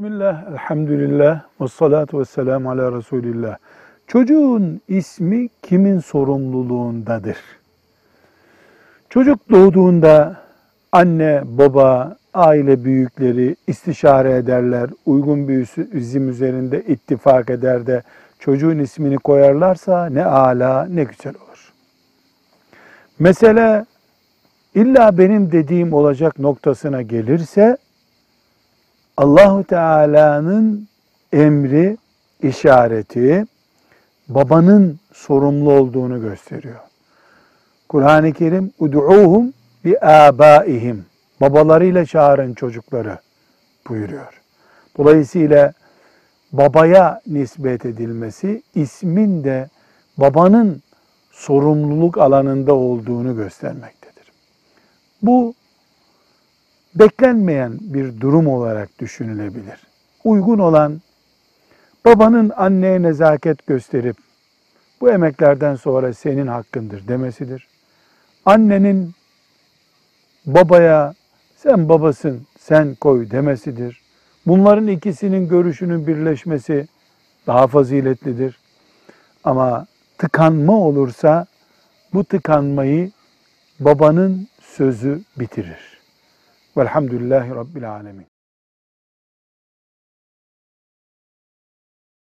Bismillah, elhamdülillah, ve salatu ve selamu ala Resulillah. Çocuğun ismi kimin sorumluluğundadır? Çocuk doğduğunda anne, baba, aile büyükleri istişare ederler, uygun bir isim üzerinde ittifak eder de çocuğun ismini koyarlarsa ne âlâ ne güzel olur. Mesele illa benim dediğim olacak noktasına gelirse, Allahu Teala'nın emri, işareti, babanın sorumlu olduğunu gösteriyor. Kur'an-ı Kerim, "Ud'uhum bi âbâihim", babalarıyla çağırın çocukları buyuruyor. Dolayısıyla babaya nispet edilmesi, ismin de babanın sorumluluk alanında olduğunu göstermektedir. Bu, beklenmeyen bir durum olarak düşünülebilir. Uygun olan, babanın anneye nezaket gösterip, bu emeklerden sonra senin hakkındır demesidir. Annenin babaya, sen babasın, sen koy demesidir. Bunların ikisinin görüşünün birleşmesi daha faziletlidir. Ama tıkanma olursa, bu tıkanmayı babanın sözü bitirir. Velhamdülillahi Rabbil Alemin.